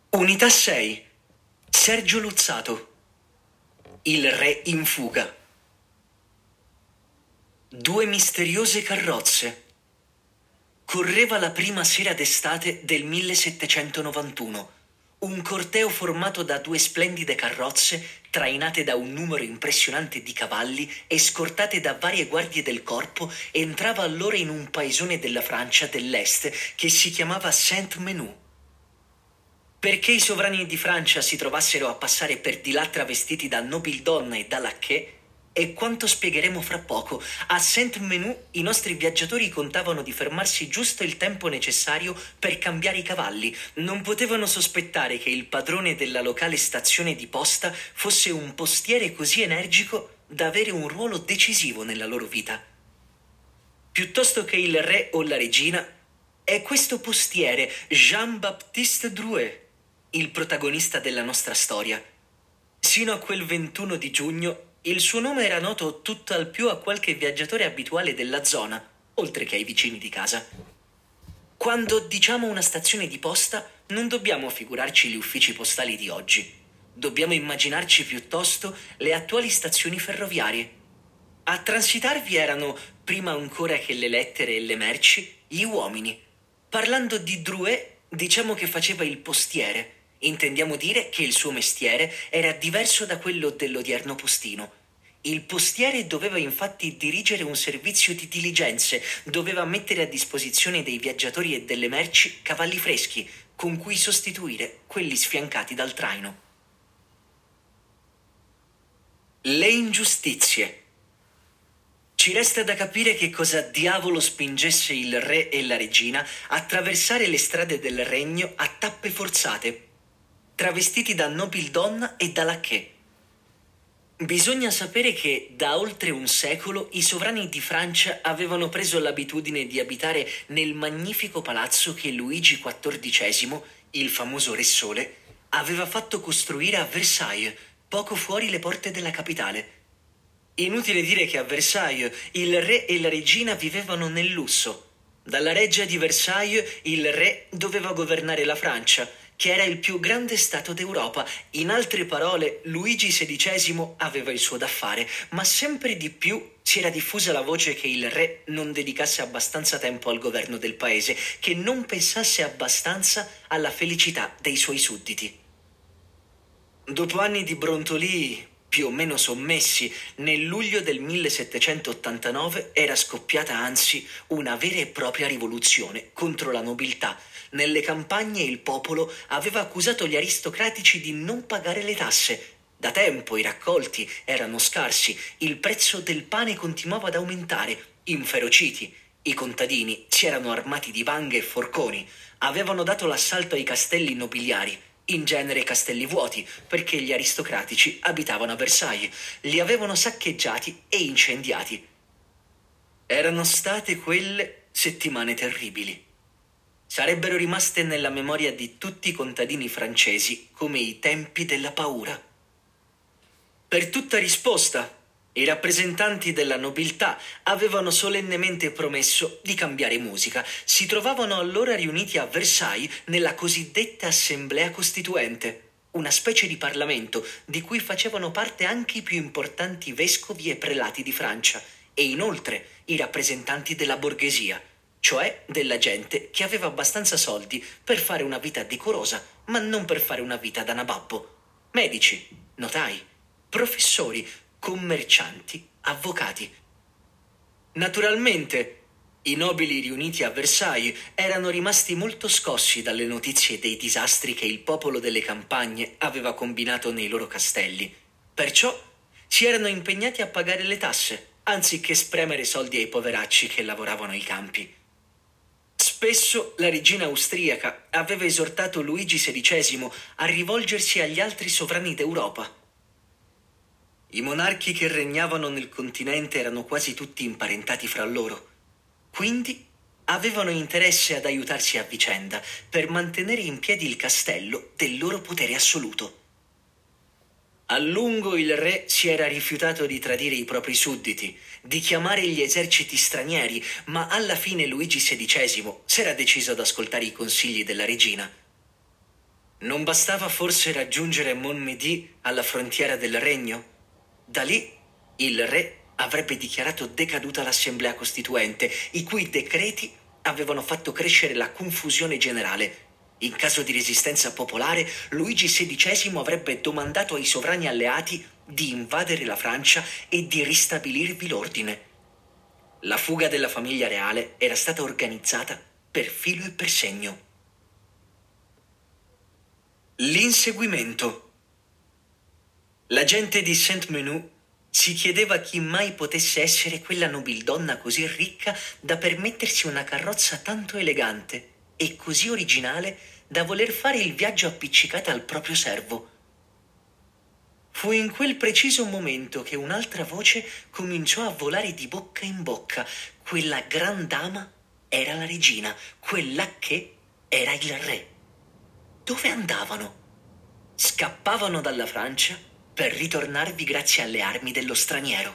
Unità 6. Sergio Luzzato. Il re in fuga. Due misteriose carrozze. Correva la prima sera d'estate del 1791. Un corteo formato da due splendide carrozze, trainate da un numero impressionante di cavalli e scortate da varie guardie del corpo, entrava allora in un paesone della Francia dell'Est che si chiamava Saint-Menehould. Perché i sovrani di Francia si trovassero a passare per di là travestiti da nobildonna e da lacchè è quanto spiegheremo fra poco. A Saint-Menehould i nostri viaggiatori contavano di fermarsi giusto il tempo necessario per cambiare i cavalli. Non potevano sospettare che il padrone della locale stazione di posta fosse un postiere così energico da avere un ruolo decisivo nella loro vita. Piuttosto che il re o la regina, è questo postiere, Jean-Baptiste Drouet, il protagonista della nostra storia. Sino a quel 21 di giugno il suo nome era noto tutt'al più a qualche viaggiatore abituale della zona, oltre che ai vicini di casa. Quando diciamo una stazione di posta, non dobbiamo figurarci gli uffici postali di oggi. Dobbiamo immaginarci piuttosto le attuali stazioni ferroviarie. A transitarvi erano, prima ancora che le lettere e le merci, gli uomini. Parlando di Drouet, diciamo che faceva il postiere. Intendiamo dire che il suo mestiere era diverso da quello dell'odierno postino. Il postiere doveva infatti dirigere un servizio di diligenze, doveva mettere a disposizione dei viaggiatori e delle merci cavalli freschi, con cui sostituire quelli sfiancati dal traino. Le ingiustizie. Ci resta da capire che cosa diavolo spingesse il re e la regina a attraversare le strade del regno a tappe forzate, travestiti da nobildonna e da lacchè. Bisogna sapere che da oltre un secolo i sovrani di Francia avevano preso l'abitudine di abitare nel magnifico palazzo che Luigi XIV, il famoso Re Sole, aveva fatto costruire a Versailles, poco fuori le porte della capitale. Inutile dire che a Versailles il re e la regina vivevano nel lusso. Dalla reggia di Versailles il re doveva governare la Francia, che era il più grande stato d'Europa. In altre parole, Luigi XVI aveva il suo da fare, ma sempre di più si era diffusa la voce che il re non dedicasse abbastanza tempo al governo del paese, che non pensasse abbastanza alla felicità dei suoi sudditi. Dopo anni di brontolii più o meno sommessi, nel luglio del 1789 era scoppiata anzi una vera e propria rivoluzione contro la nobiltà. Nelle campagne il popolo aveva accusato gli aristocratici di non pagare le tasse. Da tempo i raccolti erano scarsi, il prezzo del pane continuava ad aumentare. Inferociti, i contadini si erano armati di vanghe e forconi, avevano dato l'assalto ai castelli nobiliari, in genere castelli vuoti, perché gli aristocratici abitavano a Versailles, li avevano saccheggiati e incendiati. Erano state quelle settimane terribili. Sarebbero rimaste nella memoria di tutti i contadini francesi come i tempi della paura. Per tutta risposta, i rappresentanti della nobiltà avevano solennemente promesso di cambiare musica. Si trovavano allora riuniti a Versailles nella cosiddetta Assemblea Costituente, una specie di Parlamento di cui facevano parte anche i più importanti vescovi e prelati di Francia e inoltre i rappresentanti della borghesia, cioè della gente che aveva abbastanza soldi per fare una vita decorosa, ma non per fare una vita da nababbo. Medici, notai, professori, commercianti, avvocati. Naturalmente, i nobili riuniti a Versailles erano rimasti molto scossi dalle notizie dei disastri che il popolo delle campagne aveva combinato nei loro castelli. Perciò si erano impegnati a pagare le tasse, anziché spremere soldi ai poveracci che lavoravano ai campi. Spesso la regina austriaca aveva esortato Luigi XVI a rivolgersi agli altri sovrani d'Europa. I monarchi che regnavano nel continente erano quasi tutti imparentati fra loro, quindi avevano interesse ad aiutarsi a vicenda per mantenere in piedi il castello del loro potere assoluto. A lungo il re si era rifiutato di tradire i propri sudditi, di chiamare gli eserciti stranieri, ma alla fine Luigi XVI s'era deciso ad ascoltare i consigli della regina. Non bastava forse raggiungere Montmédy alla frontiera del regno? Da lì il re avrebbe dichiarato decaduta l'Assemblea Costituente, i cui decreti avevano fatto crescere la confusione generale. In caso di resistenza popolare, Luigi XVI avrebbe domandato ai sovrani alleati di invadere la Francia e di ristabilirvi l'ordine. La fuga della famiglia reale era stata organizzata per filo e per segno. L'inseguimento. La gente di Saint-Menehould si chiedeva chi mai potesse essere quella nobildonna così ricca da permettersi una carrozza tanto elegante e così originale da voler fare il viaggio appiccicata al proprio servo. Fu in quel preciso momento che un'altra voce cominciò a volare di bocca in bocca. Quella gran dama era la regina, quella che era il re. Dove andavano? Scappavano dalla Francia per ritornarvi grazie alle armi dello straniero.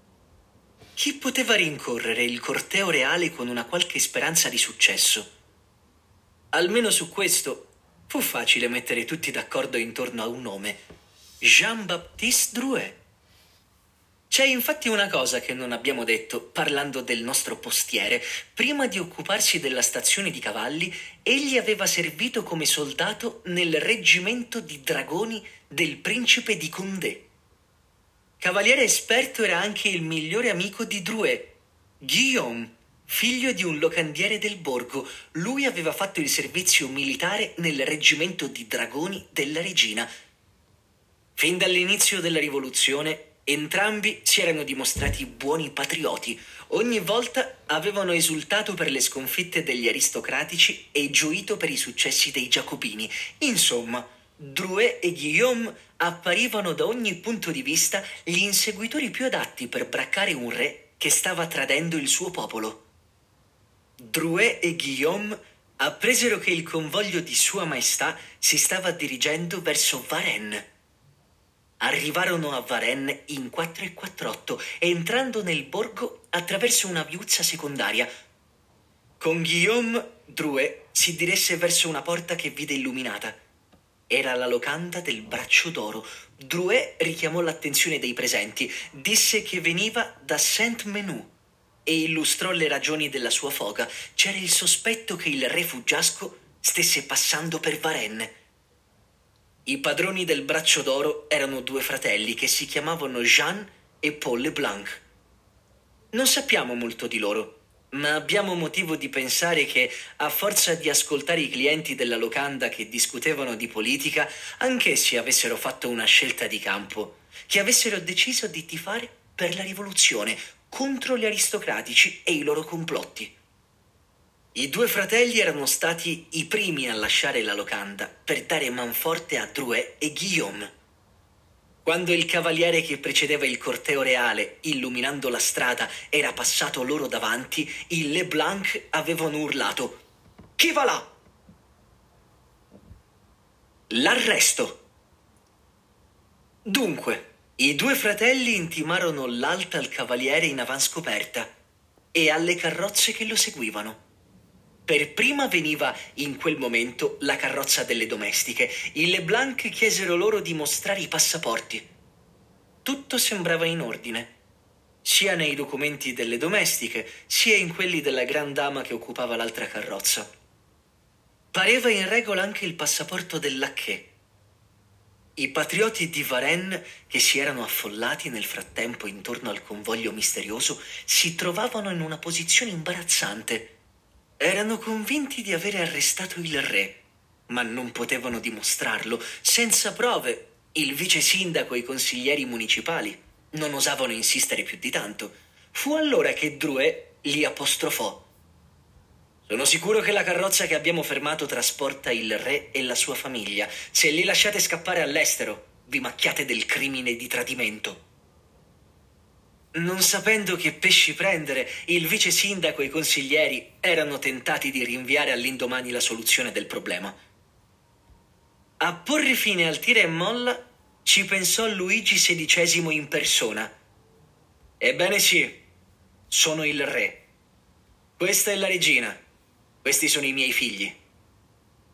Chi poteva rincorrere il corteo reale con una qualche speranza di successo? Almeno su questo fu facile mettere tutti d'accordo intorno a un nome: Jean-Baptiste Drouet. C'è infatti una cosa che non abbiamo detto parlando del nostro postiere. Prima di occuparsi della stazione di cavalli, egli aveva servito come soldato nel reggimento di dragoni del principe di Condé. Cavaliere esperto era anche il migliore amico di Drouet, Guillaume, figlio di un locandiere del borgo. Lui aveva fatto il servizio militare nel reggimento di dragoni della regina. Fin dall'inizio della rivoluzione, entrambi si erano dimostrati buoni patrioti. Ogni volta avevano esultato per le sconfitte degli aristocratici e gioito per i successi dei giacobini. Insomma, Drouet e Guillaume apparivano da ogni punto di vista gli inseguitori più adatti per braccare un re che stava tradendo il suo popolo. Drouet e Guillaume appresero che il convoglio di Sua Maestà si stava dirigendo verso Varennes. Arrivarono a Varennes in 448, entrando nel borgo attraverso una viuzza secondaria. Con Guillaume, Drouet si diresse verso una porta che vide illuminata. Era la locanda del Braccio d'Oro. Drouet richiamò l'attenzione dei presenti, disse che veniva da Saint-Menehould e illustrò le ragioni della sua foga. C'era il sospetto che il re fuggiasco stesse passando per Varennes. I padroni del Braccio d'Oro erano due fratelli che si chiamavano Jean e Paul Leblanc. Non sappiamo molto di loro, ma abbiamo motivo di pensare che, a forza di ascoltare i clienti della locanda che discutevano di politica, anch'essi avessero fatto una scelta di campo, che avessero deciso di tifare per la rivoluzione contro gli aristocratici e i loro complotti. I due fratelli erano stati i primi a lasciare la locanda per dare manforte a Drouet e Guillaume. Quando il cavaliere che precedeva il corteo reale, illuminando la strada, era passato loro davanti, i Leblanc avevano urlato: «Chi va là?» L'arresto. Dunque, i due fratelli intimarono l'alta al cavaliere in avanscoperta e alle carrozze che lo seguivano. Per prima veniva, in quel momento, la carrozza delle domestiche. I Leblanc chiesero loro di mostrare i passaporti. Tutto sembrava in ordine, sia nei documenti delle domestiche, sia in quelli della gran dama che occupava l'altra carrozza. Pareva in regola anche il passaporto del lacchè. I patrioti di Varennes, che si erano affollati nel frattempo intorno al convoglio misterioso, si trovavano in una posizione imbarazzante. Erano convinti di avere arrestato il re, ma non potevano dimostrarlo. Senza prove, il vice sindaco e i consiglieri municipali non osavano insistere più di tanto. Fu allora che Drouet li apostrofò: «Sono sicuro che la carrozza che abbiamo fermato trasporta il re e la sua famiglia. Se li lasciate scappare all'estero, vi macchiate del crimine di tradimento». Non sapendo che pesci prendere, il vice sindaco e i consiglieri erano tentati di rinviare all'indomani la soluzione del problema. A porre fine al tira e molla ci pensò Luigi XVI in persona. «Ebbene sì, sono il re. Questa è la regina. Questi sono i miei figli».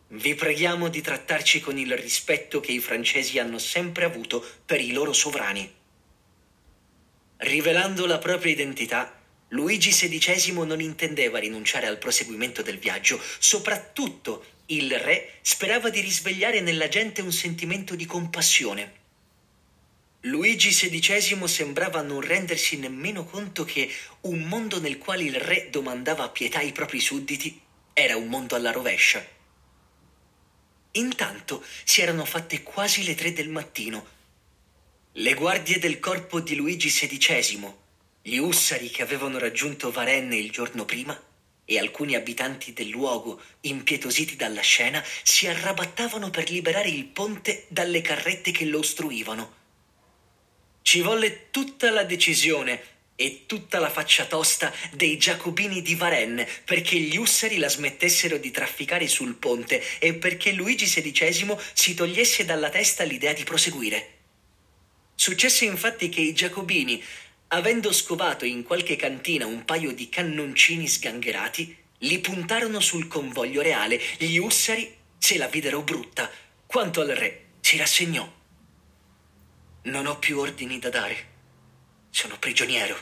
Vi preghiamo di trattarci con il rispetto che i francesi hanno sempre avuto per i loro sovrani. Rivelando la propria identità, Luigi XVI non intendeva rinunciare al proseguimento del viaggio. Soprattutto il re sperava di risvegliare nella gente un sentimento di compassione. Luigi XVI sembrava non rendersi nemmeno conto che un mondo nel quale il re domandava pietà ai propri sudditi era un mondo alla rovescia. Intanto si erano fatte quasi le 3 del mattino. Le guardie del corpo di Luigi XVI, gli ussari che avevano raggiunto Varennes il giorno prima e alcuni abitanti del luogo, impietositi dalla scena, si arrabattavano per liberare il ponte dalle carrette che lo ostruivano. Ci volle tutta la decisione e tutta la faccia tosta dei giacobini di Varennes perché gli ussari la smettessero di trafficare sul ponte e perché Luigi XVI si togliesse dalla testa l'idea di proseguire. Successe infatti che i giacobini, avendo scovato in qualche cantina un paio di cannoncini sgangherati, li puntarono sul convoglio reale. Gli ussari se la videro brutta. Quanto al re, si rassegnò. Non ho più ordini da dare. Sono prigioniero.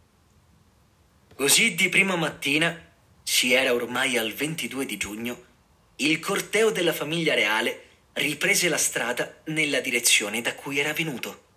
Così di prima mattina, si era ormai al 22 di giugno, il corteo della famiglia reale riprese la strada nella direzione da cui era venuto.